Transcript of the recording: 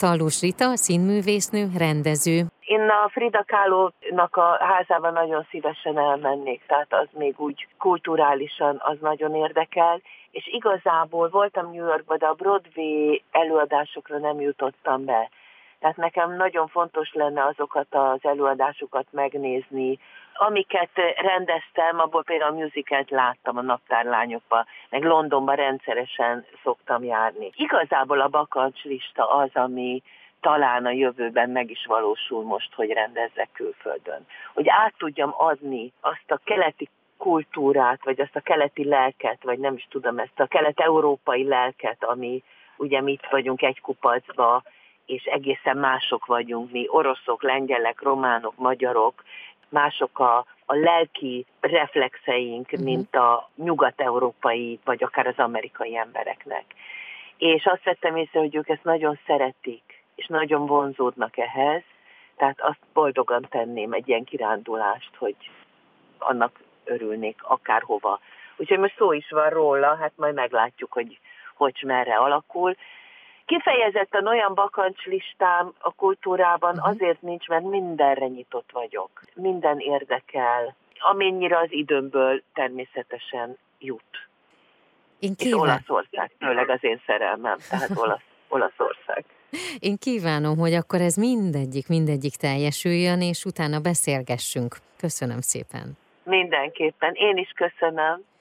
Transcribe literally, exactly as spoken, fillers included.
Tallós Rita, színművésznő, rendező. Én a Frida Kahlo-nak a házában nagyon szívesen elmennék, tehát az még úgy kulturálisan az nagyon érdekel, és igazából voltam New Yorkban, de a Broadway előadásokra nem jutottam be. Tehát nekem nagyon fontos lenne azokat az előadásokat megnézni, amiket rendeztem, abból például a musicalt láttam a Naptárlányokban, meg Londonban rendszeresen szoktam járni. Igazából a bakancslista az, ami talán a jövőben meg is valósul most, hogy rendezzek külföldön. Hogy át tudjam adni azt a keleti kultúrát, vagy azt a keleti lelket, vagy nem is tudom, ezt a kelet-európai lelket, ami ugye mi itt vagyunk egy kupacba, és egészen mások vagyunk mi, oroszok, lengyelek, románok, magyarok, mások a, a lelki reflexeink, uh-huh. mint a nyugat-európai, vagy akár az amerikai embereknek. És azt vettem észre, hogy ők ezt nagyon szeretik, és nagyon vonzódnak ehhez, tehát azt boldogan tenném egy ilyen kirándulást, hogy annak örülnék akárhova. Úgyhogy most szó is van róla, hát majd meglátjuk, hogy hogy merre alakul. Kifejezetten olyan bakancslistám a kultúrában azért nincs, mert mindenre nyitott vagyok. Minden érdekel, amennyire az időmből természetesen jut. Én És Olaszország, főleg az én szerelmem, tehát Olasz, Olaszország. Én kívánom, hogy akkor ez mindegyik, mindegyik teljesüljön, és utána beszélgessünk. Köszönöm szépen. Mindenképpen. Én is köszönöm.